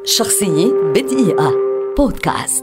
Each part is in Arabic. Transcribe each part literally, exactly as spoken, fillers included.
شخصية بدقيقة بودكاست.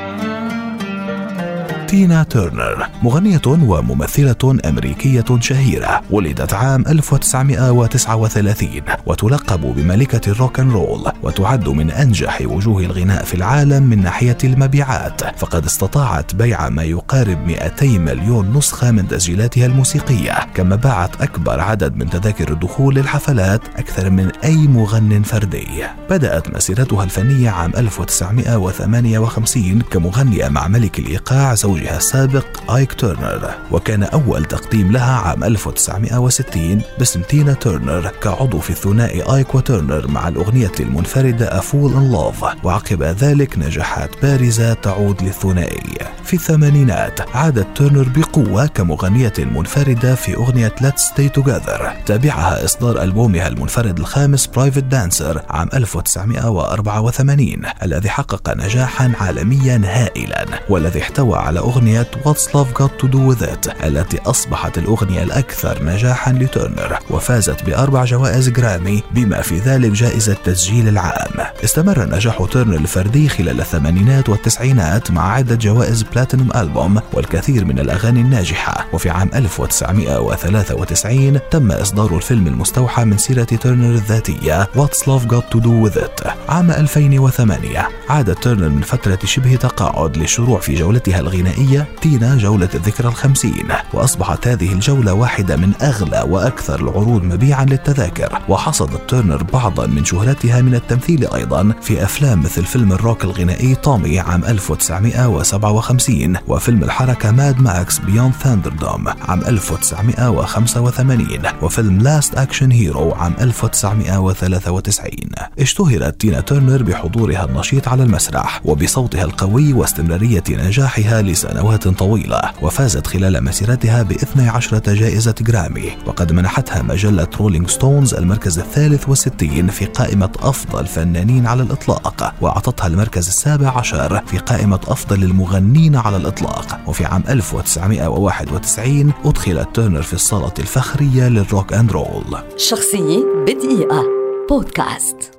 تينا تيرنر مغنية وممثلة أمريكية شهيرة، ولدت عام ألف وتسعمائة وتسعة وثلاثين وتلقب بملكة الروك أند رول، وتعد من أنجح وجوه الغناء في العالم من ناحية المبيعات، فقد استطاعت بيع ما يقارب مئتي مليون نسخة من تسجيلاتها الموسيقية، كما باعت أكبر عدد من تذاكر الدخول للحفلات أكثر من أي مغن فردي. بدأت مسيرتها الفنية عام ألف وتسعمائة وثمانية وخمسين كمغنية مع ملك الإيقاع زوجها السابق آيك تيرنر، وكان أول تقديم لها عام ألف وتسعمائة وستين باسم تينا تيرنر كعضو في الثنائي آيك وتيرنر مع الأغنية المنفردة A Fool in Love، وعقب ذلك نجاحات بارزة تعود للثنائي. في الثمانينات عادت تيرنر بقوة كمغنية منفردة في أغنية Let's Stay Together، تابعها إصدار ألبومها المنفرد الخامس Private Dancer عام ألف وتسعمائة وأربعة وثمانين، الذي حقق نجاحا عالميا هائلا، والذي احتوى على أغنية What's Love Got to Do With It، التي أصبحت الأغنية الأكثر نجاحا لتيرنر، وفازت بأربع جوائز جرامي بما في ذلك جائزة تسجيل العام. استمر نجاح تيرنر الفردي خلال الثمانينات والتسعينات مع عدة جوائز بلاتينوم ألبوم والكثير من الأغاني الناجحة. وفي عام ألف وتسعمائة وثلاثة وتسعين تم إصدار الفيلم المستوحى من سيرة تيرنر الذاتية What's Love Got to Do With It. عام ألفين وثمانية عادت تيرنر من فترة شبه تقاعد للشروع في جولتها الغنائية تينا جولة الذكرى الخمسين، وأصبحت هذه الجولة واحدة من أغلى وأكثر العروض مبيعا للتذاكر. وحصدت تيرنر بعضا من شهرتها من التمثيل أيضا في أفلام مثل فيلم الروك الغنائي تومي عام ألف وتسعمائة وسبعة وخمسين، وفيلم الحركة ماد ماكس بيوند ثاندردوم عام ألف وتسعمائة وخمسة وثمانين، وفيلم لاست أكشن هيرو عام ألف وتسعمائة وثلاثة وتسعين. اشتهرت تينا تيرنر بحضورها النشيط على المسرح وبصوتها القوي واستمرارية نجاحها لسنوات طويلة، وفازت خلال مسيرتها باثنتي عشرة جائزة جرامي، وقد منحتها مجلة رولينج ستونز المركز الثالث والستين في قائمة أفضل فنانين على الإطلاق، وأعطتها المركز السابع عشر في قائمة أفضل المغنين على الإطلاق. وفي عام ألف وتسعمائة وواحد وتسعين أدخلت تيرنر في الصالة الفخرية للروك أند رول. شخصية بدقيقة بودكاست.